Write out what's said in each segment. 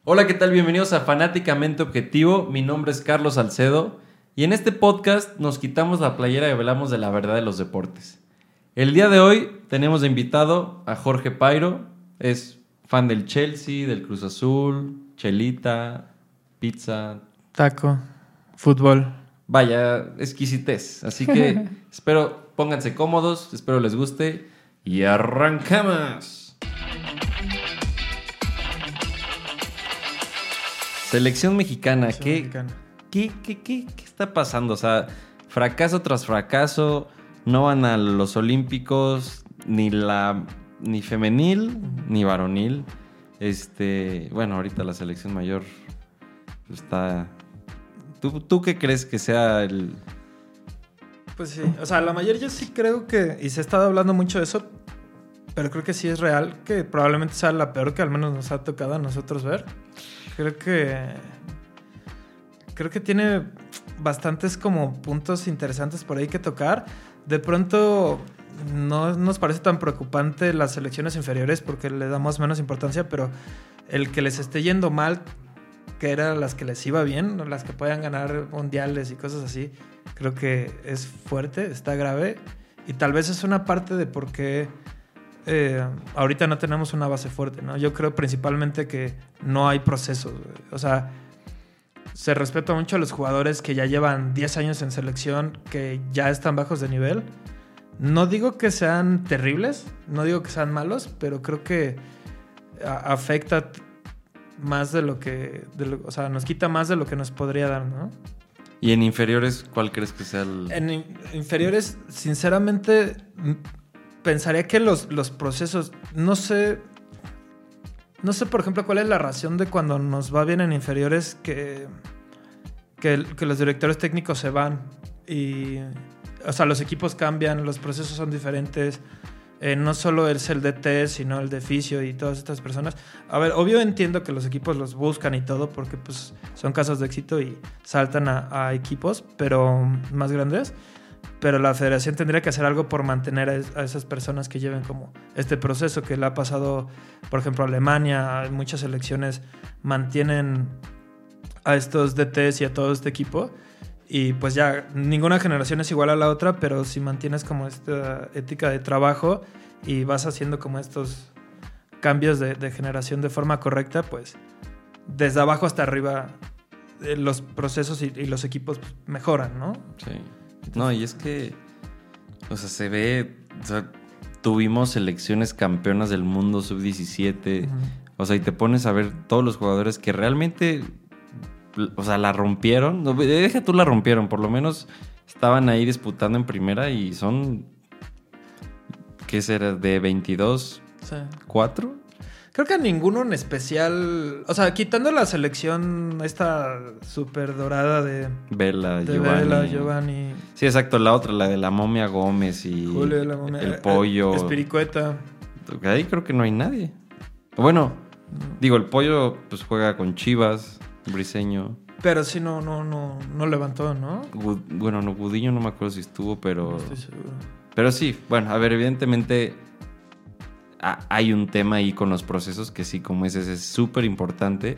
Hola, ¿qué tal? Bienvenidos a Fanáticamente Objetivo. Mi nombre es Carlos Salcedo y en este podcast nos quitamos la playera y hablamos de la verdad de los deportes. El día de hoy tenemos de invitado a Jorge Pairo. Es fan del Chelsea, del Cruz Azul, chelita, pizza, taco, fútbol. Vaya, exquisitez. Así que espero pónganse cómodos, espero les guste y arrancamos. Selección mexicana, ¿qué está pasando? O sea, fracaso tras fracaso, no van a los Olímpicos, ni femenil, ni varonil. Bueno, ahorita la selección mayor está... ¿Tú qué crees que sea el...? Pues sí, o sea, la mayor yo sí creo que, y se ha estado hablando mucho de eso, pero creo que sí es real, que probablemente sea la peor que al menos nos ha tocado a nosotros ver. Creo que tiene bastantes como puntos interesantes por ahí que tocar. De pronto no nos parece tan preocupante las selecciones inferiores porque le damos menos importancia, pero el que les esté yendo mal, que eran las que les iba bien, las que puedan ganar mundiales y cosas así, creo que es fuerte, está grave, y tal vez es una parte de por qué ahorita no tenemos una base fuerte, ¿no? Yo creo principalmente que no hay procesos, güey. O sea, se respeta mucho a los jugadores que ya llevan 10 años en selección, que ya están bajos de nivel. No digo que sean terribles, no digo que sean malos, pero creo que afecta más de lo que... o sea, nos quita más de lo que nos podría dar, ¿no? ¿Y en inferiores cuál crees que sea el...? En inferiores, sinceramente, pensaría que los procesos... No sé, por ejemplo, cuál es la razón de cuando nos va bien en inferiores que los directores técnicos se van y... O sea, los equipos cambian, los procesos son diferentes. No solo es el DT, sino el de fisio y todas estas personas. A ver, obvio entiendo que los equipos los buscan y todo porque pues son casos de éxito y saltan a equipos pero más grandes. Pero la federación tendría que hacer algo por mantener a esas personas que lleven como este proceso que le ha pasado, por ejemplo, a Alemania. Muchas selecciones mantienen a estos DTs y a todo este equipo. Y pues ya, ninguna generación es igual a la otra, pero si mantienes como esta ética de trabajo y vas haciendo como estos cambios de generación de forma correcta, pues desde abajo hasta arriba los procesos y los equipos mejoran, ¿no? Sí. Entonces, no, y es que, o sea, se ve, o sea, tuvimos selecciones campeonas del mundo sub-17, o sea, y te pones a ver todos los jugadores que realmente... O sea, la rompieron. Deja tú la rompieron. Por lo menos estaban ahí disputando en primera y son... ¿Qué será? ¿De 22? Sí. ¿4? Creo que a ninguno en especial... O sea, quitando la selección esta súper dorada de... Vela, Giovanni. Sí, exacto. La otra, la de la Momia Gómez y... Julio, la Momia. El Pollo. Espiricueta. Ahí creo que no hay nadie. Bueno, digo, el Pollo pues juega con Chivas... Briseño. Pero sí no levantó, ¿no? Bueno, no, Gudiño no me acuerdo si estuvo, pero... No estoy seguro. Pero sí, bueno, a ver, evidentemente hay un tema ahí con los procesos que sí, como ese es súper importante.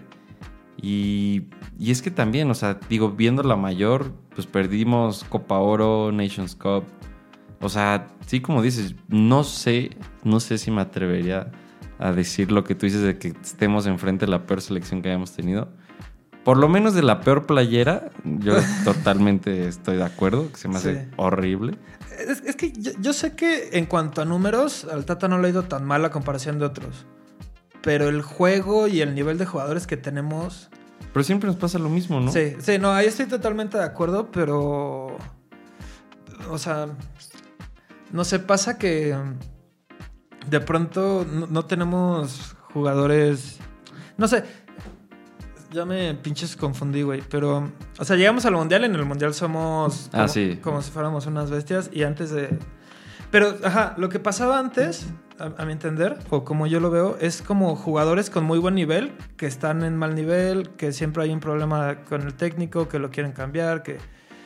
Y es que también, o sea, digo, viendo la mayor, pues perdimos Copa Oro, Nations Cup. O sea, sí, como dices, no sé si me atrevería a decir lo que tú dices de que estemos enfrente de la peor selección que hayamos tenido. Por lo menos de la peor playera, yo totalmente estoy de acuerdo, que se me hace horrible. Es que yo sé que en cuanto a números, al Tata no le ha ido tan mal a comparación de otros. Pero el juego y el nivel de jugadores que tenemos... Pero siempre nos pasa lo mismo, ¿no? Sí, no, ahí estoy totalmente de acuerdo, pero... O sea, no sé, pasa que de pronto no tenemos jugadores... No sé... Ya me pinches confundí, güey. Pero, o sea, llegamos al Mundial. En el Mundial somos como si fuéramos unas bestias. Y antes de... Pero, lo que pasaba antes, a mi entender, o como yo lo veo, es como jugadores con muy buen nivel, que están en mal nivel, que siempre hay un problema con el técnico, que lo quieren cambiar, que...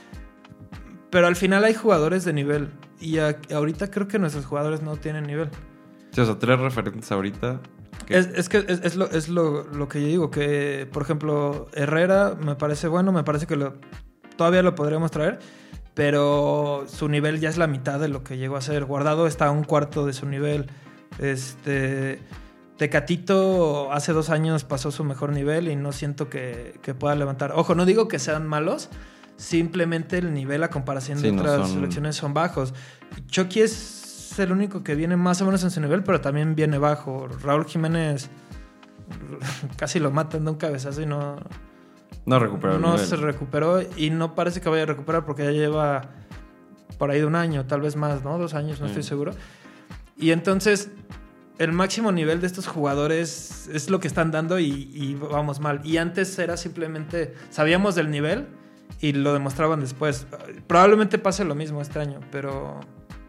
Pero al final hay jugadores de nivel. Y ahorita creo que nuestros jugadores no tienen nivel. Sí, o sea, 3 referentes ahorita. Es lo que yo digo, que por ejemplo Herrera me parece bueno, me parece que todavía lo podríamos traer, pero su nivel ya es la mitad de lo que llegó a ser. Guardado está a un cuarto de su nivel. Tecatito hace 2 años pasó su mejor nivel y no siento que pueda levantar. Ojo, no digo que sean malos, simplemente el nivel a comparación de otras selecciones son bajos. Chucky es el único que viene más o menos en su nivel, pero también viene bajo. Raúl Jiménez casi lo matan de un cabezazo y no recuperó el no nivel. Se recuperó y no parece que vaya a recuperar porque ya lleva por ahí de 1 año, tal vez más, ¿no? 2 años, no estoy seguro. Y entonces el máximo nivel de estos jugadores es lo que están dando y vamos mal. Y antes era simplemente, sabíamos del nivel y lo demostraban después. Probablemente pase lo mismo este año, pero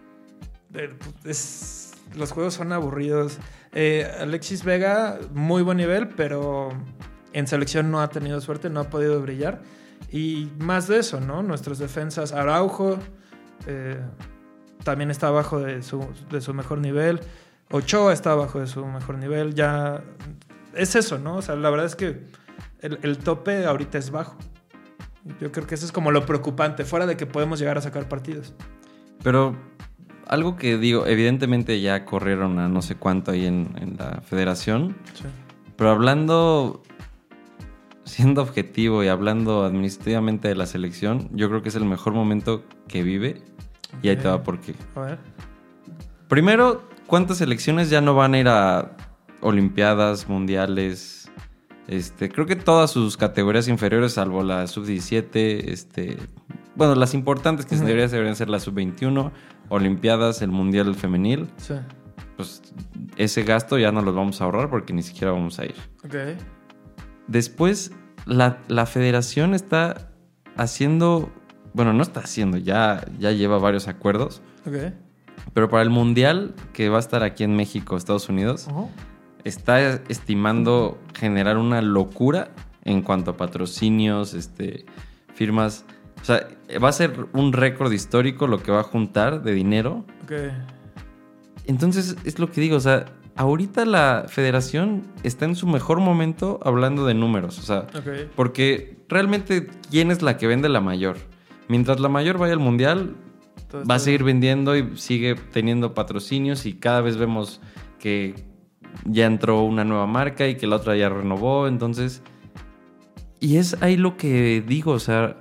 los juegos son aburridos. Alexis Vega, muy buen nivel, pero en selección no ha tenido suerte, no ha podido brillar. Y más de eso, ¿no? Nuestras defensas, Araujo también está abajo de su mejor nivel. Ochoa está abajo de su mejor nivel. Ya es eso, ¿no? O sea, la verdad es que el tope ahorita es bajo. Yo creo que eso es como lo preocupante, fuera de que podemos llegar a sacar partidos. Pero algo que digo, evidentemente ya corrieron a no sé cuánto ahí en la federación. Sí. Pero hablando, siendo objetivo y hablando administrativamente de la selección, yo creo que es el mejor momento que vive. Y ahí te va por qué. A ver. Primero, ¿cuántas selecciones ya no van a ir a Olimpiadas, Mundiales? Creo que todas sus categorías inferiores, salvo la sub-17, bueno, las importantes que deberían ser la sub-21, Olimpiadas, el Mundial Femenil. Sí. Pues ese gasto ya no los vamos a ahorrar porque ni siquiera vamos a ir. Ok. Después, la federación está haciendo... Bueno, no está haciendo, ya lleva varios acuerdos. Ok. Pero para el Mundial, que va a estar aquí en México, Estados Unidos, está estimando generar una locura en cuanto a patrocinios, firmas. O sea, va a ser un récord histórico lo que va a juntar de dinero. Ok. Entonces, es lo que digo, o sea, ahorita la federación está en su mejor momento hablando de números. O sea, porque realmente, ¿quién es la que vende la mayor? Mientras la mayor vaya al Mundial, va a seguir vendiendo y sigue teniendo patrocinios y cada vez vemos que ya entró una nueva marca y que la otra ya renovó, entonces... Y es ahí lo que digo, o sea...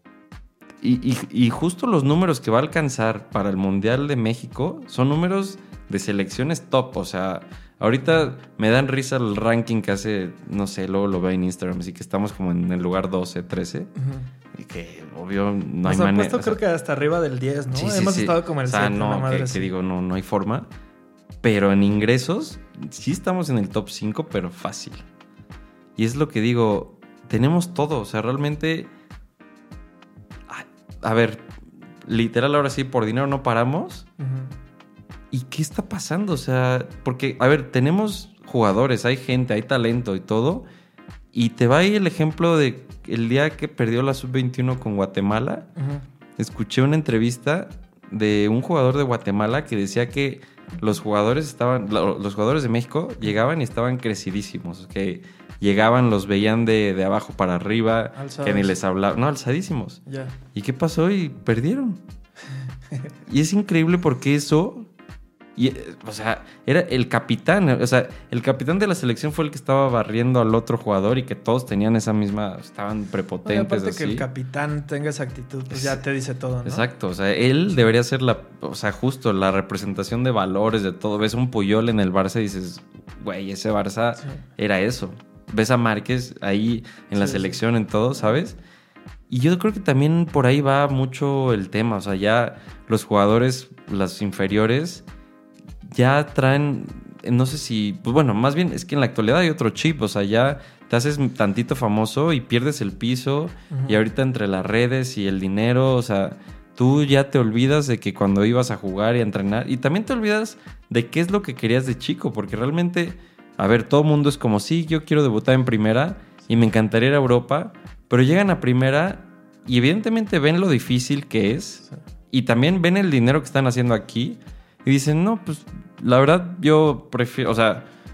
Y justo los números que va a alcanzar para el Mundial de México son números de selecciones top, o sea... Ahorita me dan risa el ranking que hace, no sé, luego lo veo en Instagram, así que estamos como en el lugar 12, 13... Y que, obvio, no hay manera. Puesto creo que hasta arriba del 10, ¿no? Sí, Hemos estado como el 7. No, que digo, no hay forma. Pero en ingresos, sí estamos en el top 5, pero fácil. Y es lo que digo, tenemos todo. O sea, realmente... A ver, literal, ahora sí, por dinero no paramos. ¿Y qué está pasando? O sea, porque, a ver, tenemos jugadores, hay gente, hay talento y todo. Y te va ahí el ejemplo de el día que perdió la sub-21 con Guatemala. Escuché una entrevista de un jugador de Guatemala que decía que los jugadores de México llegaban y estaban crecidísimos. Que llegaban, los veían de abajo para arriba, alzados. Que ni les hablaban. No, alzadísimos. Yeah. ¿Y qué pasó? Y perdieron. Y es increíble porque eso... o sea, era el capitán. O sea, el capitán de la selección fue el que estaba barriendo al otro jugador y que todos tenían esa misma... Estaban prepotentes. Aparte así. Que el capitán tenga esa actitud, pues ya te dice todo, ¿no? Exacto. O sea, él debería ser justo la representación de valores, de todo. Ves un Puyol en el Barça y dices, güey, ese Barça era eso. Ves a Márquez ahí en la selección, en todo, ¿sabes? Y yo creo que también por ahí va mucho el tema. O sea, ya los jugadores, las inferiores... ya traen, no sé si... Pues bueno, más bien es que en la actualidad hay otro chip. O sea, ya te haces tantito famoso y pierdes el piso. Y ahorita entre las redes y el dinero, o sea... Tú ya te olvidas de que cuando ibas a jugar y a entrenar... Y también te olvidas de qué es lo que querías de chico. Porque realmente, a ver, todo el mundo es como... Sí, yo quiero debutar en primera y me encantaría ir a Europa. Pero llegan a primera y evidentemente ven lo difícil que es. Y también ven el dinero que están haciendo aquí... Y dicen, no, pues la verdad yo prefiero, o sea,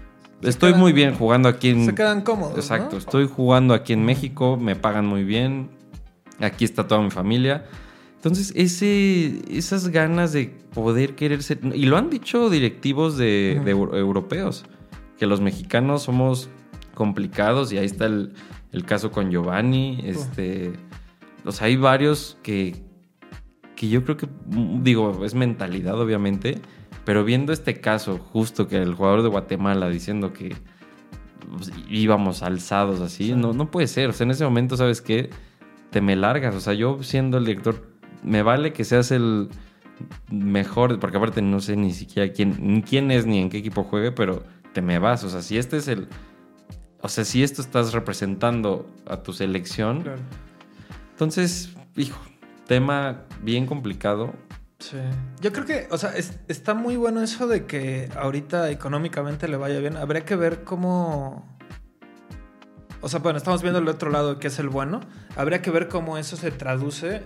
estoy muy bien jugando aquí en... Se quedan cómodos, Exacto, ¿no? estoy jugando aquí en México, me pagan muy bien, aquí está toda mi familia. Entonces, esas ganas de poder querer ser... Y lo han dicho directivos de europeos, que los mexicanos somos complicados, y ahí está el caso con Giovanni. O sea, hay varios que yo creo que, digo, es mentalidad obviamente, pero viendo este caso justo que el jugador de Guatemala diciendo que pues, íbamos alzados así, sí. no puede ser. O sea, en ese momento, ¿sabes qué? Te me largas. O sea, yo siendo el director, me vale que seas el mejor, porque aparte no sé ni siquiera quién es ni en qué equipo juegue, pero te me vas. O sea, si este es si esto estás representando a tu selección, claro. Entonces, hijo, tema bien complicado. Sí. Yo creo que, o sea, está muy bueno eso de que ahorita económicamente le vaya bien. Habría que ver cómo... O sea, bueno, estamos viendo el otro lado, que es el bueno. Habría que ver cómo eso se traduce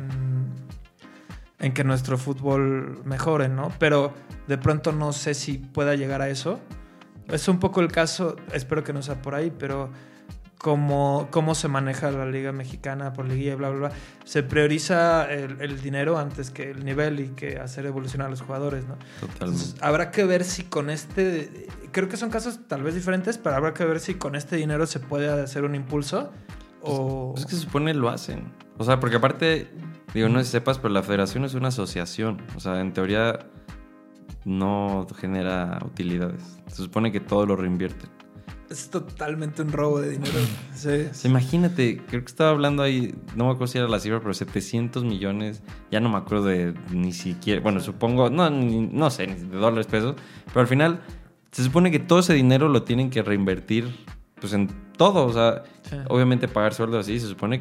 en que nuestro fútbol mejore, ¿no? Pero de pronto no sé si pueda llegar a eso. Es un poco el caso, espero que no sea por ahí, pero cómo se maneja la Liga Mexicana por liguilla y bla, bla, bla. Se prioriza el dinero antes que el nivel y que hacer evolucionar a los jugadores, ¿no? Totalmente. Entonces, habrá que ver si con creo que son casos tal vez diferentes, pero habrá que ver si con este dinero se puede hacer un impulso o... Pues es que se supone lo hacen. O sea, porque aparte, digo, no sé si sepas, pero la federación es una asociación. O sea, en teoría no genera utilidades. Se supone que todo lo reinvierten. Es totalmente un robo de dinero. Sí. Imagínate, creo que estaba hablando ahí, no me acuerdo si era la cifra, pero 700 millones, ya no me acuerdo de ni siquiera, bueno, supongo, no sé, ni de dólares, pesos, pero al final se supone que todo ese dinero lo tienen que reinvertir pues en todo, o sea, sí. Obviamente pagar sueldos así, se supone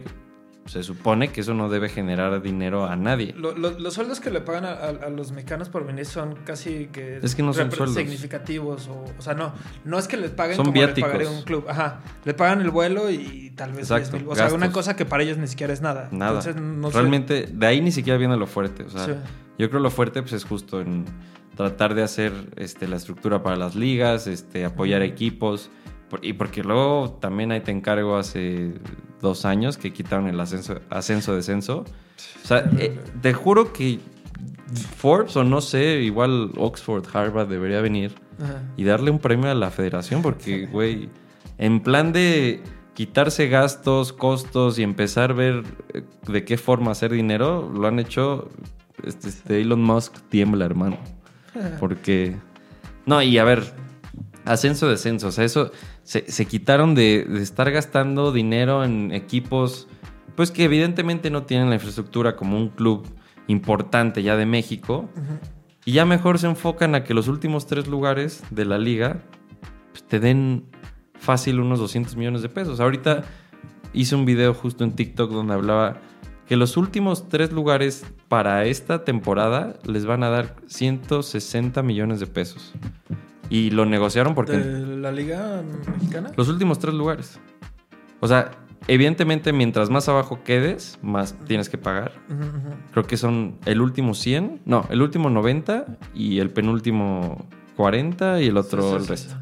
que eso no debe generar dinero a nadie. Los sueldos que le pagan a los mexicanos por venir son casi que... Es que no son sueldos significativos. O sea, no es que les paguen son como viáticos. Les pagaría un club. Ajá. Le pagan el vuelo y tal vez 10,000. O sea, gastos. Una cosa que para ellos ni siquiera es nada. Nada. Entonces, no realmente, de ahí ni siquiera viene lo fuerte. O sea, sí. Yo creo lo fuerte pues, es justo en tratar de hacer la estructura para las ligas, apoyar equipos. Y porque luego también ahí te encargo hace 2 años que quitaron el ascenso-descenso. O sea, te juro que Forbes o no sé, igual Oxford, Harvard debería venir y darle un premio a la federación porque, güey, en plan de quitarse gastos, costos y empezar a ver de qué forma hacer dinero, lo han hecho Elon Musk tiembla, hermano. Porque... No, y a ver... Ascenso-descenso, o sea, eso se quitaron de estar gastando dinero en equipos pues que evidentemente no tienen la infraestructura como un club importante ya de México, y ya mejor se enfocan a que los últimos 3 lugares de la liga pues, te den fácil unos 200 millones de pesos. Ahorita hice un video justo en TikTok donde hablaba que los últimos 3 lugares para esta temporada les van a dar 160 millones de pesos. Y lo negociaron porque... ¿De la Liga Mexicana? Los últimos 3 lugares. O sea, evidentemente mientras más abajo quedes, más tienes que pagar. Creo que son el último 100, no, el último 90 y el penúltimo 40 y el otro el resto.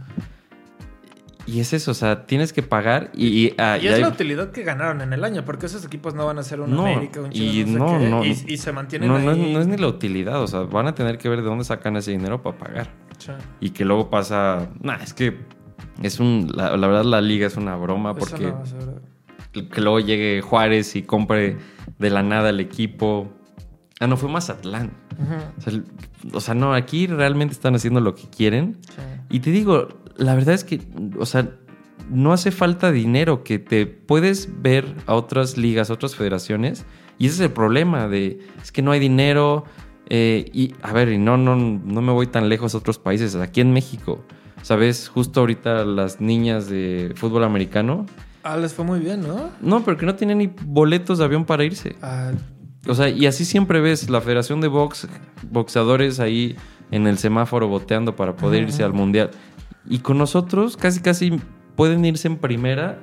Y es eso, o sea, tienes que pagar y es la utilidad que ganaron en el año, porque esos equipos no van a ser un América, un Chivas, y se mantienen ahí. No es ni la utilidad, o sea, van a tener que ver de dónde sacan ese dinero para pagar. Sí. Y que luego pasa... es que es la verdad la liga es una broma porque que luego llegue Juárez y compre de la nada el equipo. No, fue Mazatlán. O sea, no, aquí realmente están haciendo lo que quieren. Sí. Y te digo, la verdad es que, o sea, no hace falta dinero, que te puedes ver a otras ligas, a otras federaciones, y ese es el problema es que no hay dinero. Y a ver, no me voy tan lejos a otros países. Aquí en México, ¿sabes? Justo ahorita las niñas de fútbol americano. Les fue muy bien, ¿no? No, pero que no tienen ni boletos de avión para irse. O sea, y así siempre ves la Federación de boxeadores ahí en el semáforo boteando para poder irse al Mundial. Y con nosotros casi pueden irse en primera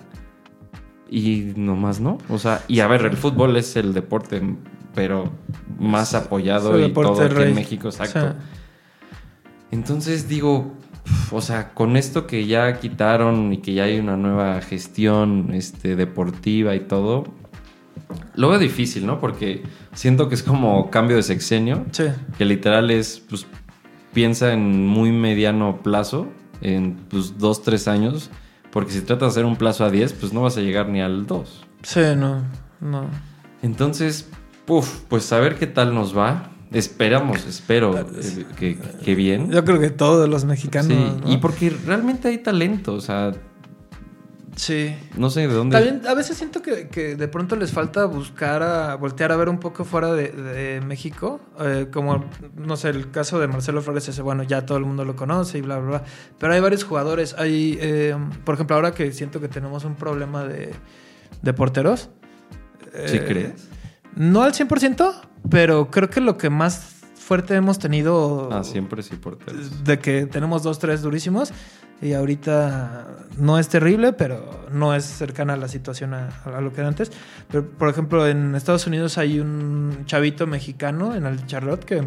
y nomás no. O sea, y a ver, el fútbol es el deporte... pero más apoyado y todo aquí en México, exacto. Sí. Entonces digo, O sea, con esto que ya quitaron y que ya hay una nueva gestión deportiva y todo, lo veo difícil, ¿no? Porque siento que es como cambio de sexenio. Sí. Que literal es, pues, piensa en muy mediano plazo, en pues 2-3 años. Porque si tratas de hacer un plazo a 10, pues no vas a llegar ni al 2. Sí, no. Entonces, pues a ver qué tal nos va. Espero que bien. Yo creo que todos los mexicanos. Sí, ¿no? y porque realmente hay talento, o sea, sí. no sé de dónde. También a veces siento que de pronto les falta voltear a ver un poco fuera de México. Como, no sé, el caso de Marcelo Flores, ese, bueno, ya todo el mundo lo conoce y bla, bla, bla. Pero hay varios jugadores. Hay, por ejemplo, ahora que siento que tenemos un problema de porteros. ¿Sí crees? No al 100%, pero creo que lo que más fuerte hemos tenido... siempre sí, porteros. De que tenemos 2-3 durísimos. Y ahorita no es terrible, pero no es cercana a la situación a lo que era antes. Pero, por ejemplo, en Estados Unidos hay un chavito mexicano en el Charlotte que...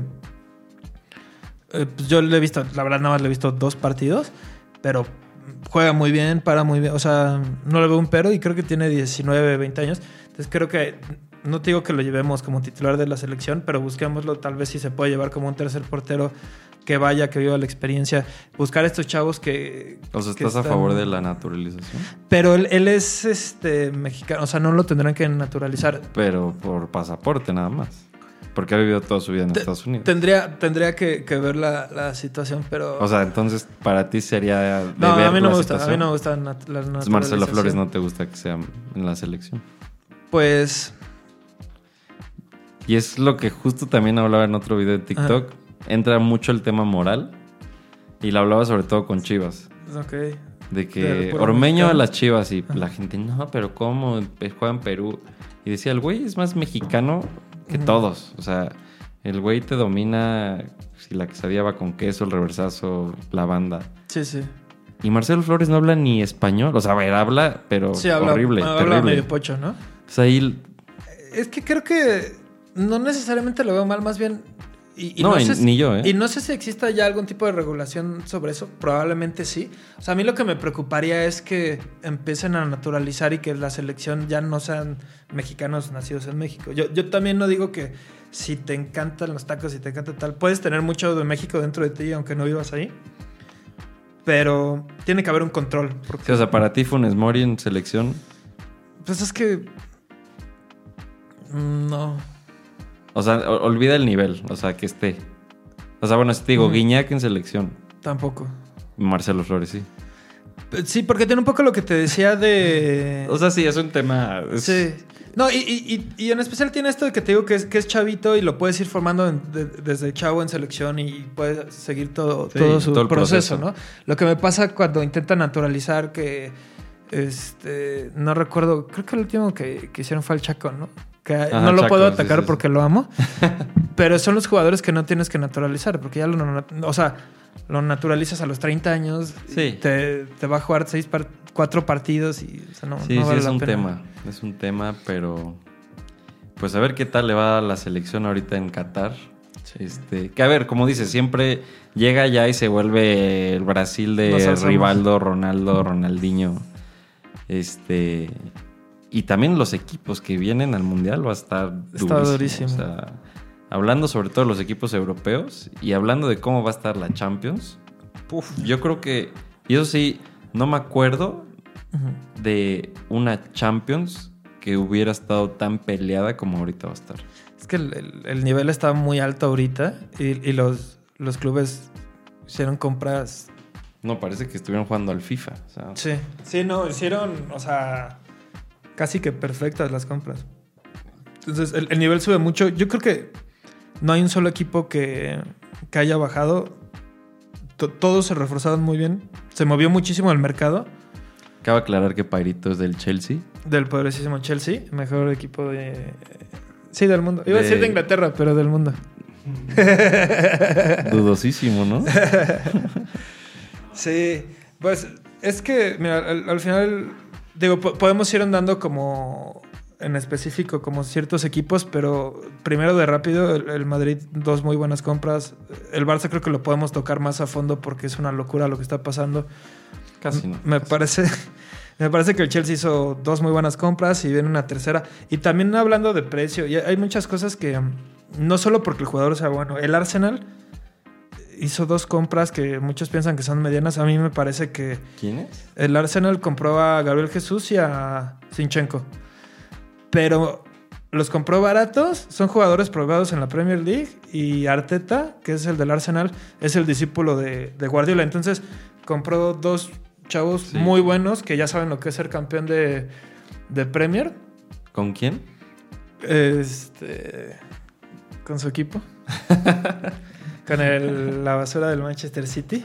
pues yo le he visto, la verdad nada más le he visto 2 partidos, pero juega muy bien, para muy bien. O sea, no le veo un pero y creo que tiene 19, 20 años. Entonces creo que... No te digo que lo llevemos como titular de la selección, pero busquémoslo tal vez si se puede llevar como un tercer portero que vaya, que viva la experiencia. Buscar a estos chavos que... O sea, ¿estás a favor de la naturalización? Pero él es mexicano, o sea, no lo tendrán que naturalizar. Pero por pasaporte nada más. Porque ha vivido toda su vida en Estados Unidos. Tendría que ver la situación, pero... O sea, entonces para ti sería... No, a mí no me gusta. A mí no me gusta la naturalización. Marcelo Flores no te gusta que sea en la selección. Pues... Y es lo que justo también hablaba en otro video de TikTok. Ajá. Entra mucho el tema moral. Y lo hablaba sobre todo con Chivas. Ok. De que Ormeño a las Chivas. Y la gente, no, pero ¿cómo? Juega en Perú. Y decía, el güey es más mexicano que todos. O sea, el güey te domina. Si la quesadilla va con queso, el reversazo, la banda. Sí, sí. Y Marcelo Flores no habla ni español. O sea, a ver, habla, pero sí, horrible. Habla medio pocho, ¿no? O sea, ahí... Es que creo que... No necesariamente lo veo mal, más bien... ni yo, ¿eh? Y no sé si exista ya algún tipo de regulación sobre eso. Probablemente sí. O sea, a mí lo que me preocuparía es que empiecen a naturalizar y que la selección ya no sean mexicanos nacidos en México. Yo también no digo que si te encantan los tacos, si te encanta tal... Puedes tener mucho de México dentro de ti, aunque no vivas ahí. Pero tiene que haber un control. Porque... Sí, o sea, para ti Funes Mori en selección... Pues es que... No... O sea, olvida el nivel, o sea, que esté. O sea, bueno, si te digo, Guiñac en selección. Tampoco. Marcelo Flores, sí. Sí, porque tiene un poco lo que te decía de... O sea, sí, es un tema... Sí. No, y en especial tiene esto de que te digo que es chavito y lo puedes ir formando desde chavo en selección y puedes seguir todo su proceso, ¿no? Lo que me pasa cuando intentan naturalizar que... no recuerdo, creo que el último que hicieron fue el Chaco, ¿no? Que no lo puedo atacar sí. Porque lo amo. Pero son los jugadores que no tienes que naturalizar. Porque ya lo naturalizas a los 30 años. Sí. Te va a jugar 4 partidos y o sea, no vale es la un pena. tema. Es un tema, pero... Pues a ver qué tal le va a la selección ahorita en Qatar. Sí. Que a ver, como dices, siempre llega ya y se vuelve el Brasil de Rivaldo, Ronaldo, Ronaldinho. Y también los equipos que vienen al Mundial va a estar durísimo. O sea, hablando sobre todo de los equipos europeos y hablando de cómo va a estar la Champions, yo creo que... Y eso sí, no me acuerdo de una Champions que hubiera estado tan peleada como ahorita va a estar. Es que el nivel está muy alto ahorita y los clubes hicieron compras... No, parece que estuvieron jugando al FIFA. O sea. Sí, no, hicieron, o sea... Casi que perfectas las compras. Entonces, el nivel sube mucho. Yo creo que no hay un solo equipo que haya bajado. Todos se reforzaron muy bien. Se movió muchísimo el mercado. Cabe aclarar que Pairito es del Chelsea. Del poderosísimo Chelsea. Mejor equipo de... Sí, del mundo. Iba a decir de Inglaterra, pero del mundo. Dudosísimo, ¿no? Sí. Pues es que, mira, al final... Digo, podemos ir andando como en específico como ciertos equipos, pero primero de rápido, el Madrid, 2 muy buenas compras. El Barça creo que lo podemos tocar más a fondo porque es una locura lo que está pasando. Casi no. Me parece que el Chelsea hizo 2 muy buenas compras y viene una tercera. Y también hablando de precio, y hay muchas cosas que no solo porque el jugador sea bueno. El Arsenal hizo 2 compras que muchos piensan que son medianas. A mí me parece que... ¿Quién es? El Arsenal compró a Gabriel Jesús y a Zinchenko. Pero los compró baratos. Son jugadores probados en la Premier League. Y Arteta, que es el del Arsenal, es el discípulo de Guardiola. Entonces compró 2 chavos muy buenos que ya saben lo que es ser campeón de Premier. ¿Con quién? Con su equipo. Con la basura del Manchester City.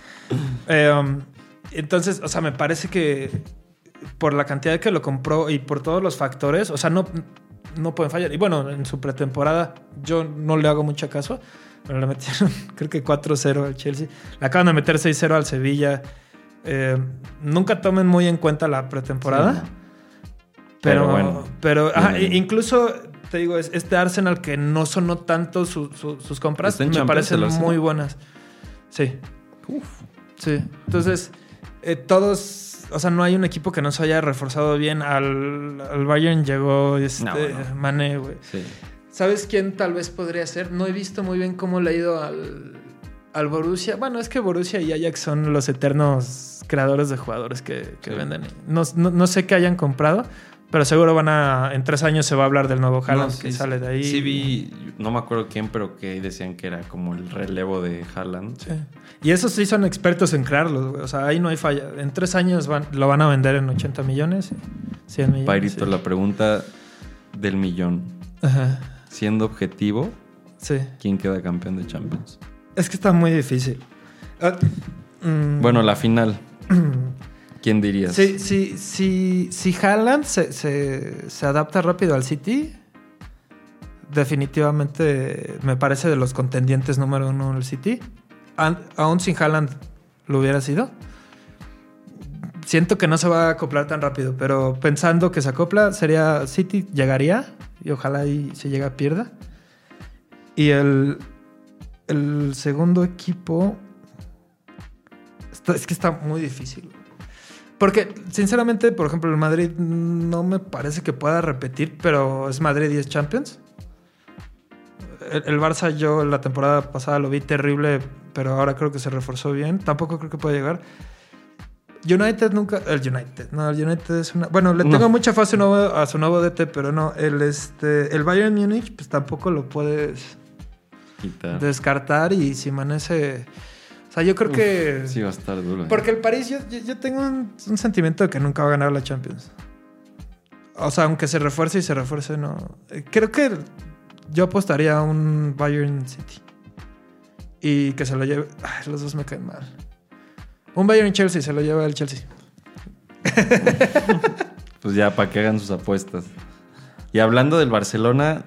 Entonces, o sea, me parece que por la cantidad que lo compró y por todos los factores, o sea, no pueden fallar. Y bueno, en su pretemporada yo no le hago mucho caso, pero le metieron creo que 4-0 al Chelsea. Le acaban de meter 6-0 al Sevilla. Nunca tomen muy en cuenta la pretemporada. Sí, no. Pero bueno. Incluso... Te digo, este Arsenal que no sonó tanto sus compras, me parecen muy buenas. Sí. Sí. Entonces, todos... O sea, no hay un equipo que no se haya reforzado bien. Al Bayern llegó Mané, güey. Sí. ¿Sabes quién tal vez podría ser? No he visto muy bien cómo le ha ido al Borussia. Bueno, es que Borussia y Ajax son los eternos creadores de jugadores que venden. No sé qué hayan comprado, pero seguro en 3 años se va a hablar del nuevo Haaland que sale de ahí. Sí vi, no me acuerdo quién, pero que decían que era como el relevo de Haaland. Sí. Y esos sí son expertos en crearlos, güey. O sea, ahí no hay falla. En 3 años lo van a vender en 80 millones, 100 millones. Pairito, la pregunta del millón. Ajá. Siendo objetivo, sí. ¿Quién queda campeón de Champions? Es que está muy difícil. Bueno, la final. ¿Quién dirías? Si Haaland se adapta rápido al City, definitivamente me parece de los contendientes número 1 el City. Aún sin Haaland lo hubiera sido. Siento que no se va a acoplar tan rápido, pero pensando que se acopla, sería City, llegaría y ojalá ahí se llega a pierda. Y el segundo equipo es que está muy difícil. Porque, sinceramente, por ejemplo, el Madrid no me parece que pueda repetir, pero es Madrid y es Champions. El Barça yo la temporada pasada lo vi terrible, pero ahora creo que se reforzó bien. Tampoco creo que pueda llegar. United nunca... El United es una... Bueno, le tengo mucha fe a su nuevo DT, pero no. El Bayern Múnich, pues tampoco lo puedes descartar. Y si amanece... O sea, yo creo que... Sí va a estar duro. Porque el París, yo tengo un sentimiento de que nunca va a ganar la Champions. O sea, aunque se refuerce y se refuerce, no... Creo que yo apostaría a un Bayern City. Y que se lo lleve... Ay, los dos me caen mal. Un Bayern Chelsea, se lo lleva el Chelsea. Pues ya, para que hagan sus apuestas. Y hablando del Barcelona...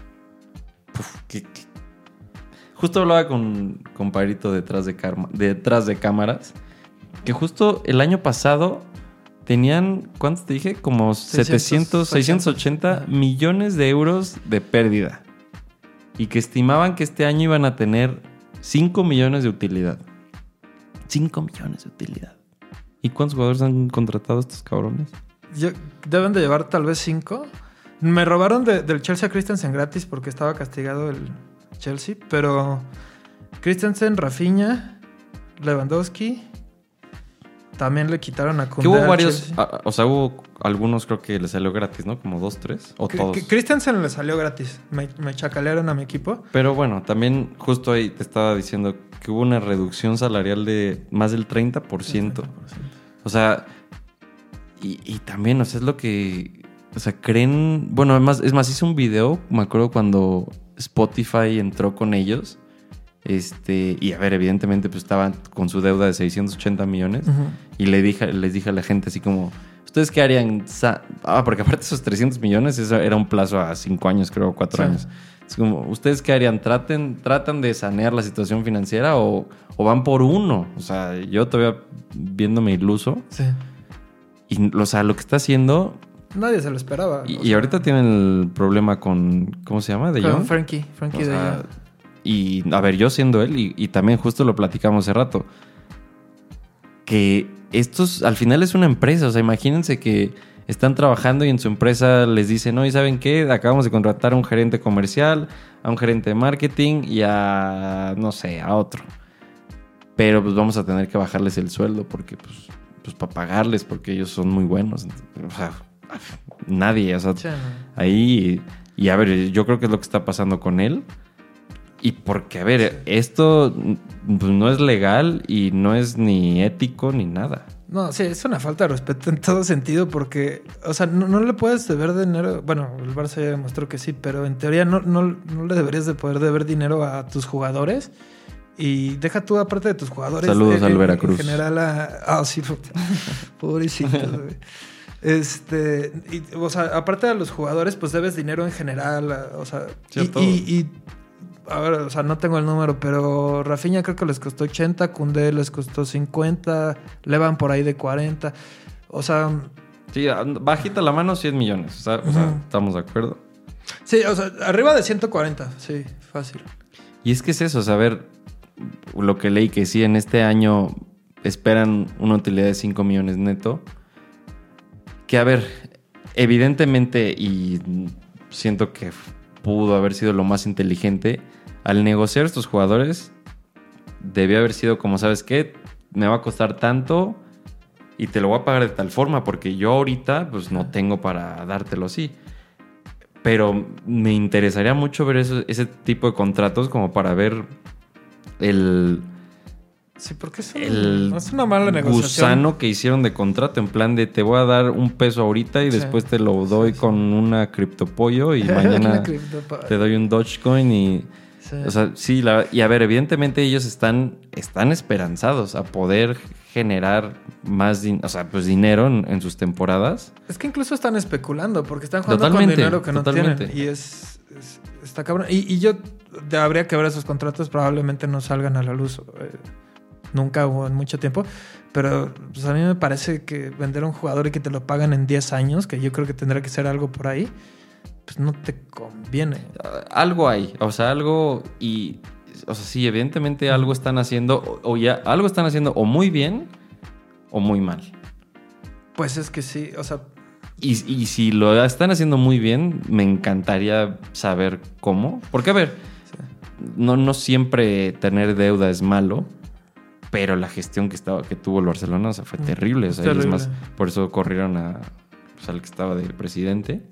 Justo hablaba con Pairito detrás de cámaras, que justo el año pasado tenían, ¿cuánto te dije? Como 680 millones de euros de pérdida. Y que estimaban que este año iban a tener 5 millones de utilidad. 5 millones de utilidad. ¿Y cuántos jugadores han contratado estos cabrones? Deben de llevar tal vez 5. Me robaron del Chelsea a Christensen gratis porque estaba castigado el Chelsea, pero Christensen, Rafinha, Lewandowski, también le quitaron a Koundé. Hubo varios, hubo algunos creo que le salió gratis, ¿no? Como 2, 3 o todos. Christensen le salió gratis, me chacalearon a mi equipo. Pero bueno, también justo ahí te estaba diciendo que hubo una reducción salarial de más del 30%. O sea, y también, o sea, es lo que... O sea, creen... Bueno, es más, hice un video, me acuerdo cuando Spotify entró con ellos. Y a ver, evidentemente pues estaban con su deuda de 680 millones. Uh-huh. Y les dije a la gente así como... ¿Ustedes qué harían? Porque aparte esos 300 millones, eso era un plazo a 5 años, creo, 4 años. Es como, ¿ustedes qué harían? ¿Tratan de sanear la situación financiera o van por uno? O sea, yo todavía viéndome iluso. Sí. Y, o sea, lo que está haciendo... nadie se lo esperaba. Y ahorita tienen el problema con... ¿Cómo se llama? ¿De Jong? Frankie de Jong. Y a ver, yo siendo él, y también justo lo platicamos hace rato, que estos al final es una empresa. O sea, imagínense que están trabajando y en su empresa les dicen, no, ¿y saben qué? Acabamos de contratar a un gerente comercial, a un gerente de marketing y a, no sé, a otro. Pero pues vamos a tener que bajarles el sueldo porque, pues para pagarles, porque ellos son muy buenos. O sea, nadie, o sea, Sí, no. ahí... Y a ver, yo creo que es lo que está pasando con él. Y porque, a ver, esto pues, no es legal y no es ni ético ni nada. No, sí, es una falta de respeto en todo sentido porque, o sea, no le puedes deber dinero. Bueno, el Barça ya demostró que sí, pero en teoría no le deberías de poder deber dinero a tus jugadores. Y deja tú, aparte de tus jugadores... Saludos al Veracruz. En general sí, pobrecito, güey. O sea, aparte de los jugadores, pues debes dinero en general, o sea... A ver, o sea, no tengo el número, pero Rafinha creo que les costó 80, Koundé les costó 50, Levan por ahí de 40. O sea... Sí, bajita la mano, 100 millones. O sea, estamos de acuerdo. Sí, o sea, arriba de 140, sí, fácil. Y es que es eso, o sea, a ver, lo que leí que sí, en este año esperan una utilidad de 5 millones neto. Que, a ver, evidentemente, y siento que pudo haber sido lo más inteligente, al negociar estos jugadores, debió haber sido como, ¿sabes qué? Me va a costar tanto y te lo voy a pagar de tal forma porque yo ahorita pues no tengo para dártelo así. Pero me interesaría mucho ver ese tipo de contratos como para ver el... Sí, porque es una mala negociación. Gusano que hicieron de contrato, en plan de te voy a dar un peso ahorita y después te lo doy con una criptopollo y mañana te doy un Dogecoin y... Sí. O sea, sí, y a ver, evidentemente ellos están esperanzados a poder generar más dinero en sus temporadas. Es que incluso están especulando porque están jugando con dinero que no tienen. Y está cabrón. Y yo habría que ver esos contratos, probablemente no salgan a la luz nunca o en mucho tiempo. Pero pues a mí me parece que vender a un jugador y que te lo pagan en 10 años, que yo creo que tendrá que ser algo por ahí, pues no te conviene. Algo hay, o sea, algo y... O sea, sí, evidentemente algo están haciendo algo están haciendo o muy bien o muy mal. Pues es que sí, o sea... Y si lo están haciendo muy bien, me encantaría saber cómo. Porque, a ver, no siempre tener deuda es malo, pero la gestión que tuvo el Barcelona, o sea, fue terrible. O sea, terrible. Es más, por eso corrieron al que estaba de presidente.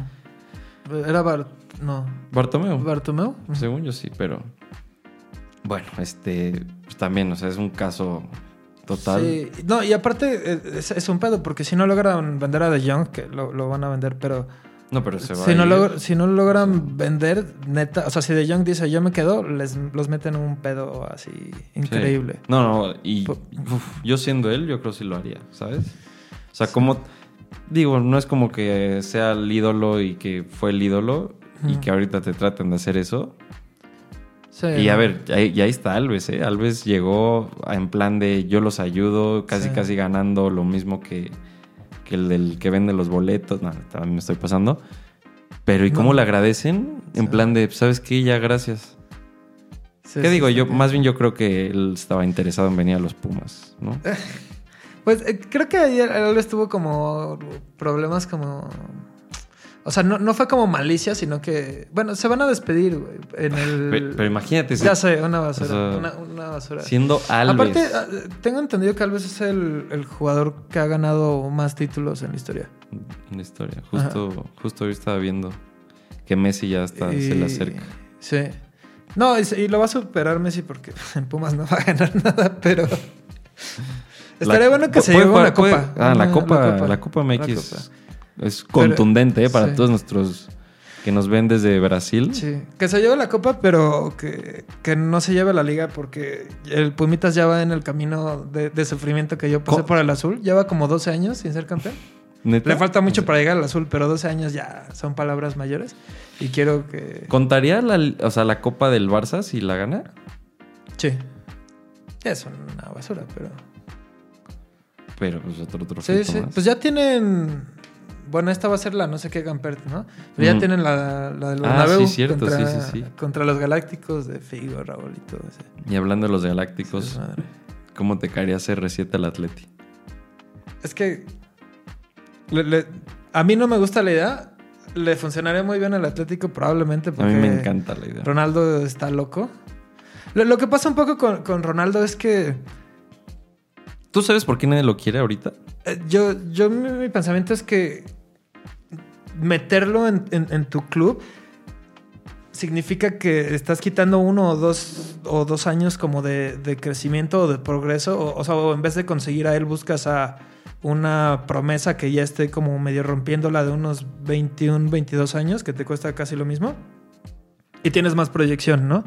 Era Bartomeu. ¿Bartomeu? Según yo sí, pero... Bueno, pues también, o sea, es un caso total. Sí, no, y aparte es un pedo, porque si no logran vender a De Jong, que lo van a vender, pero... No, pero se va si no logran vender, neta, o sea, si De Jong dice yo me quedo, los meten un pedo así increíble. Sí. No, y yo siendo él, yo creo que sí lo haría, ¿sabes? O sea, como... Digo, no es como que sea el ídolo y que fue el ídolo y que ahorita te traten de hacer eso. Sí, y a ver, ya está Alves, ¿eh? Alves llegó en plan de yo los ayudo, casi ganando lo mismo que el del que vende los boletos. No, también me estoy pasando. Pero ¿y cómo le agradecen? En plan de, ¿sabes qué? Ya, gracias. Sí, ¿qué digo? Yo más bien yo creo que él estaba interesado en venir a los Pumas, ¿no? Pues creo que ayer Alves tuvo como problemas como... O sea, no fue como malicia, sino que... Bueno, se van a despedir, güey. Pero imagínate... Ya sé, una basura. O sea, una basura. Siendo Alves... Aparte, tengo entendido que Alves es el jugador que ha ganado más títulos en la historia. En la historia. Justo hoy estaba viendo que Messi ya se le acerca. Sí. No, y lo va a superar Messi porque en Pumas no va a ganar nada, pero... Estaría bueno que se lleve una copa. La Copa MX es contundente para todos nuestros que nos ven desde Brasil. Sí, que se lleve la copa, pero que no se lleve la liga porque el Pumitas ya va en el camino de sufrimiento que yo pasé por el azul. Lleva como 12 años sin ser campeón. ¿Neta? Le falta mucho para llegar al azul, pero 12 años ya son palabras mayores. Y quiero que... ¿Contaría la Copa del Barça si la gana? Sí. Es una basura, pero... Pero pues otro sí. más. Pues ya tienen bueno, esta va a ser la no sé qué Gamper, ¿no? Pero ya tienen la del Bernabéu. Sí, cierto, sí. Contra los Galácticos de Figo, Raúl y todo eso. Y hablando de los Galácticos, ¿cómo te caería CR7 al Atleti? Es que a mí no me gusta la idea. Le funcionaría muy bien al Atlético probablemente porque a mí me encanta la idea. Ronaldo está loco. Lo que pasa un poco con Ronaldo es que... ¿Tú sabes por qué nadie lo quiere ahorita? Mi pensamiento es que meterlo en tu club significa que estás quitando 1 o 2 años como de crecimiento o de progreso. O en vez de conseguir a él, buscas a una promesa que ya esté como medio rompiéndola de unos 21, 22 años, que te cuesta casi lo mismo. Y tienes más proyección, ¿no?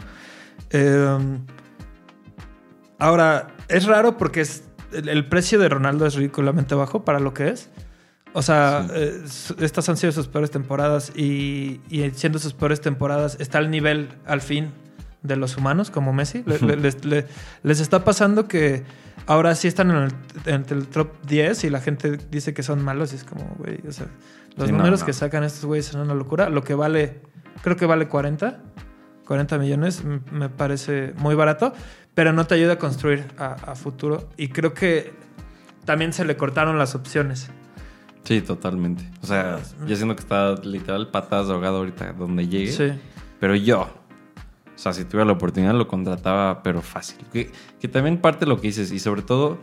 Ahora, es raro porque el precio de Ronaldo es ridículamente bajo para lo que es. O sea, estas han sido sus peores temporadas y siendo sus peores temporadas está al nivel, al fin, de los humanos como Messi. Les está pasando que ahora sí están en el top 10 y la gente dice que son malos y es como, güey, o sea, los números que sacan estos güeyes son una locura. Lo que vale, creo que vale 40 millones, me parece muy barato, pero no te ayuda a construir a futuro. Y creo que también se le cortaron las opciones. Sí, totalmente. O sea, yo siento que está literal patadas de ahogado ahorita donde llegue. Sí. Pero o sea, si tuviera la oportunidad lo contrataba, pero fácil. Que también parte de lo que dices. Y sobre todo,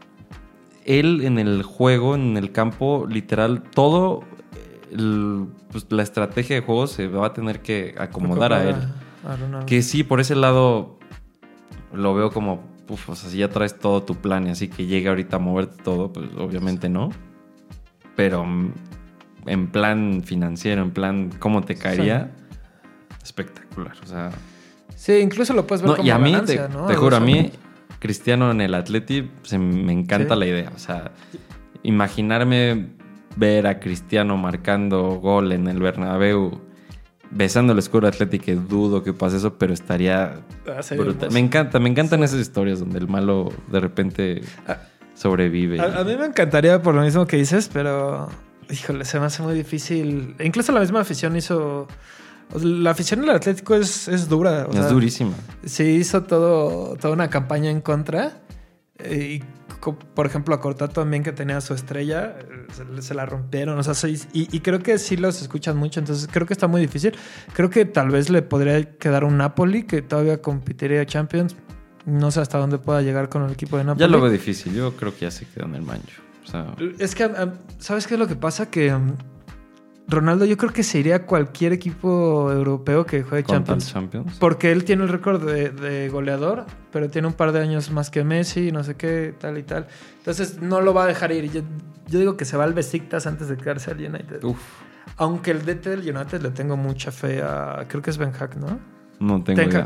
él en el juego, en el campo, literal, todo, pues, la estrategia de juego se va a tener que acomodar a él. Que sí, por ese lado lo veo como, o sea, si ya traes todo tu plan y así que llegue ahorita a moverte todo, pues obviamente no. Pero en plan financiero, en plan cómo te caería, espectacular. O sea, sí, incluso lo puedes ver como y a mí, ganancia, ¿no? te juro, a mí, Cristiano en el Atleti, me encanta la idea. O sea, imaginarme ver a Cristiano marcando gol en el Bernabéu, besando el escudo Atlético, que dudo que pase eso, pero estaría brutal. Me encantan esas historias donde el malo de repente sobrevive. A mí me encantaría por lo mismo que dices, pero híjole, se me hace muy difícil. Incluso la misma afición hizo... La afición del Atlético es dura. Es durísima. Sí, hizo toda una campaña en contra. Y, por ejemplo, a Courtois también, que tenía su estrella, se la rompieron. O sea, y creo que sí los escuchan mucho. Entonces, creo que está muy difícil. Creo que tal vez le podría quedar un Napoli que todavía competiría Champions. No sé hasta dónde pueda llegar con el equipo de Napoli. Ya lo veo difícil. Yo creo que ya se quedó en el mancho. O sea... Es que, ¿sabes qué es lo que pasa? Que Ronaldo yo creo que se iría a cualquier equipo europeo que juegue Champions. Porque él tiene el récord de goleador, pero tiene un par de años más que Messi, no sé qué, tal y tal. Entonces no lo va a dejar ir. Yo digo que se va al Besiktas antes de quedarse al United. Uf. Aunque el DT del United le tengo mucha fe a... Creo que es Ben Hack, ¿no? No tengo idea.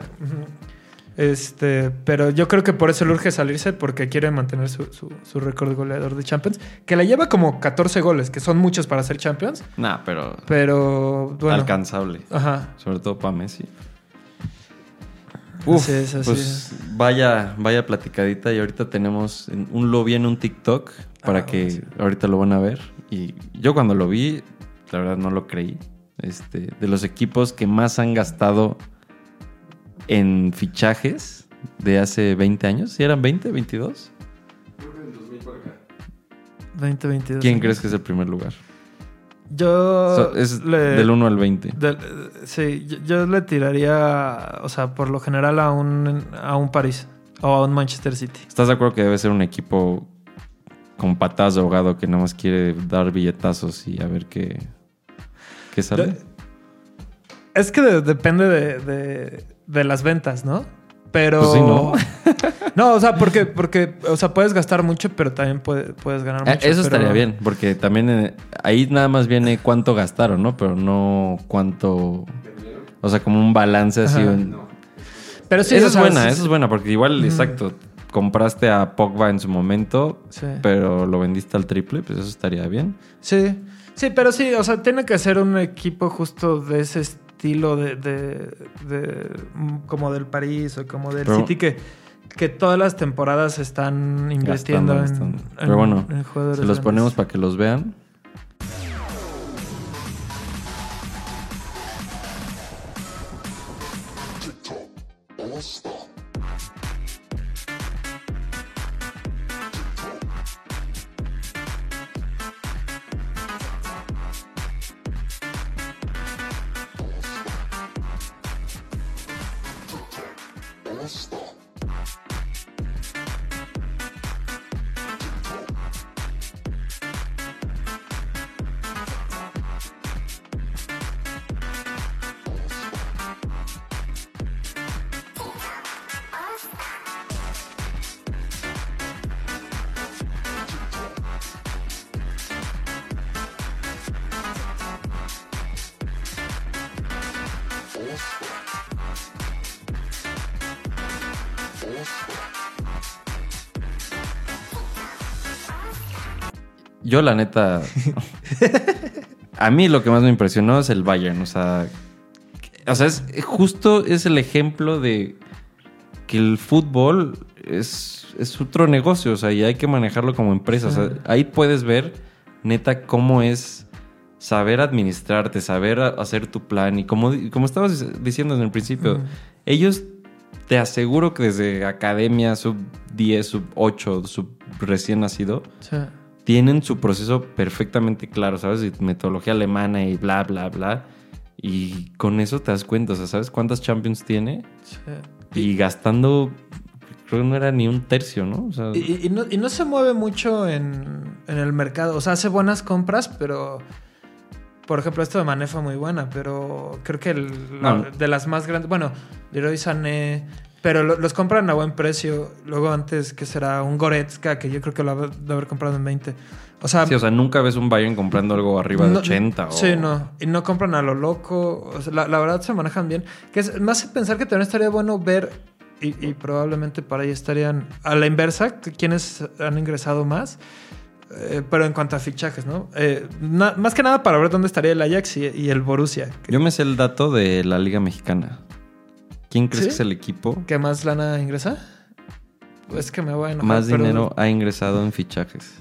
Pero yo creo que por eso le urge salirse, porque quiere mantener su récord de goleador de Champions, que le lleva como 14 goles, que son muchos para ser Champions. Nah, pero bueno, alcanzable. Ajá. Sobre todo para Messi. Así es. Pues vaya platicadita. Y ahorita tenemos lo vi en un TikTok para que sí. Ahorita lo van a ver. Y yo cuando lo vi, la verdad no lo creí. De los equipos que más han gastado en fichajes de hace 20 años. ¿Sí eran 20, 22? Creo que en 2000 para acá. 20, 22. ¿Quién crees que es el primer lugar? Yo... del 1 al 20. Sí, yo le tiraría, o sea, por lo general a un París o a un Manchester City. ¿Estás de acuerdo que debe ser un equipo con patadas de ahogado que nada más quiere dar billetazos y a ver qué sale? Es que depende de las ventas, ¿no? Pero... Pues sí, ¿no? No, o sea, porque o sea, puedes gastar mucho, pero también puedes ganar mucho. Eso estaría bien, porque también ahí nada más viene cuánto gastaron, ¿no? Pero no cuánto... O sea, como un balance así. Pero sí, eso es buena, porque igual, exacto, compraste a Pogba en su momento, sí, pero lo vendiste al triple, pues eso estaría bien. Sí, pero sí, o sea, tiene que ser un equipo justo de ese estilo de como del París o como del City, que todas las temporadas están invirtiendo en pero bueno, en jugadores se los grandes. ponemos para que los vean. Yo, la neta... a mí lo que más me impresionó es el Bayern. O sea, es el ejemplo de que el fútbol es otro negocio. O sea, y hay que manejarlo como empresa. Sí. O sea, ahí puedes ver, neta, cómo es saber administrarte, saber hacer tu plan. Y como estabas diciendo en el principio, ellos te aseguro que desde academia, sub 10, sub 8, sub recién nacido... Sí. Tienen su proceso perfectamente claro, ¿sabes? Y metodología alemana y bla, bla, bla. Y con eso te das cuenta, o sea, ¿sabes cuántas Champions tiene? Sí. Y gastando, creo que no era ni un tercio, ¿no? O sea, Y no se mueve mucho en el mercado. O sea, hace buenas compras, pero... Por ejemplo, esto de Mané fue muy buena, pero creo que de las más grandes... Bueno, Leroy Sané... Pero los compran a buen precio. Luego antes, que será un Goretzka, que yo creo que lo ha de haber comprado en 20. O sea, sí, o sea, nunca ves un Bayern comprando algo arriba de 80. Sí, no. Y no compran a lo loco. O sea, la verdad se manejan bien. Que me hace pensar que también estaría bueno ver, y probablemente para ahí estarían a la inversa, quienes han ingresado más. Pero en cuanto a fichajes, ¿no? Más que nada para ver dónde estaría el Ajax y el Borussia. Yo me sé el dato de la Liga Mexicana. ¿Quién crees ¿Sí? que es el equipo? ¿Qué más lana ingresa? Pues que me voy a enojar. Más dinero ha ingresado en fichajes.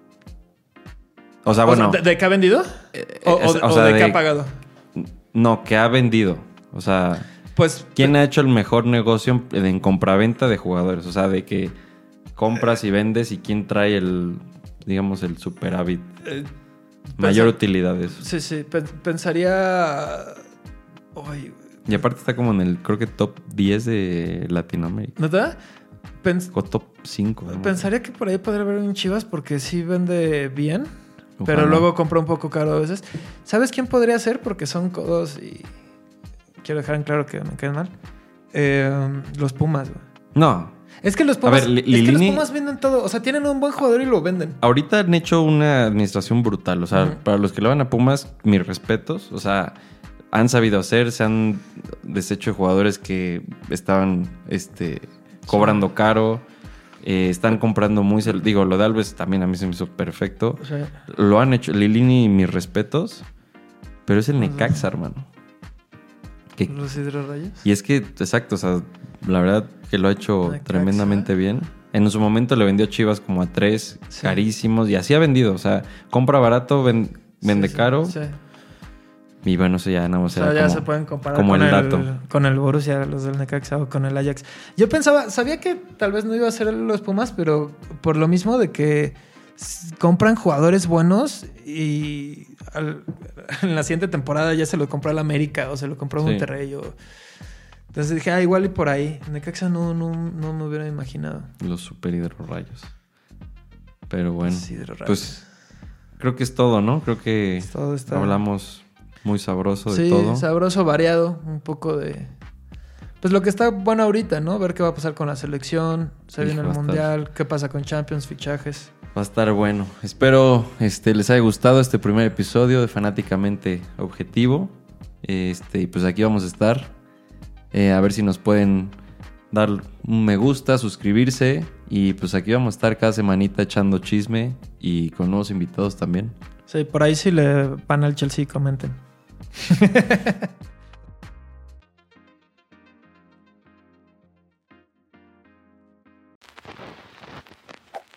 O sea, bueno... ¿De qué ha vendido? ¿O sea, de qué ha pagado? No, que ha vendido. O sea... Pues... ¿Quién ha hecho el mejor negocio en compraventa de jugadores? O sea, de que compras y vendes y quién trae el superávit. Mayor utilidad de eso. Sí. Pensaría... Ay, y aparte está como en el, creo que top 10 de Latinoamérica. ¿no te da? O top 5. ¿no? Pensaría que por ahí podría haber un Chivas porque sí vende bien. Ojalá. Pero luego compra un poco caro a veces. ¿Sabes quién podría ser? Porque son codos y... Quiero dejar en claro que me caen mal. Los Pumas, güey. No. Es que los Pumas... A ver, es que los Pumas venden todo. O sea, tienen un buen jugador y lo venden. Ahorita han hecho una administración brutal. O sea, para los que le van a Pumas, mis respetos. O sea... Han sabido hacer, se han deshecho de jugadores que estaban cobrando caro. Están comprando muy... Digo, lo de Alves también a mí se me hizo perfecto. O sea, Lo han hecho. Lilini, mis respetos. Pero es el Necaxa, hermano. los hidrorrayos. Y es que, exacto, o sea, la verdad que lo ha hecho Necaxa. tremendamente bien. En su momento le vendió a Chivas como a 3, carísimos. Y así ha vendido. O sea, compra barato, vende caro. Sí. Y bueno, eso ya nada más era ya como, se pueden comparar como con el dato. Con el Borussia, los del Necaxa o con el Ajax. Yo sabía que tal vez no iba a ser los Pumas, pero por lo mismo de que compran jugadores buenos y en la siguiente temporada ya se lo compró al América o se lo compró a Monterrey. Entonces dije, igual y por ahí. Necaxa no me hubiera imaginado. Los super hidrorrayos. Pero bueno, Hidrorrayos. pues creo que es todo, ¿no? Creo que Todo está... hablamos muy sabroso de todo. Sí, sabroso, variado. Un poco de... Pues lo que está bueno ahorita, ¿no? Ver qué va a pasar con la selección. Se viene el Mundial. Qué pasa con Champions, fichajes. Va a estar bueno. Espero les haya gustado este primer episodio de Fanáticamente Objetivo. Y pues aquí vamos a estar. A ver si nos pueden dar un me gusta, suscribirse. Y pues aquí vamos a estar cada semanita echando chisme y con nuevos invitados también. Sí, por ahí si le van al Chelsea, comenten.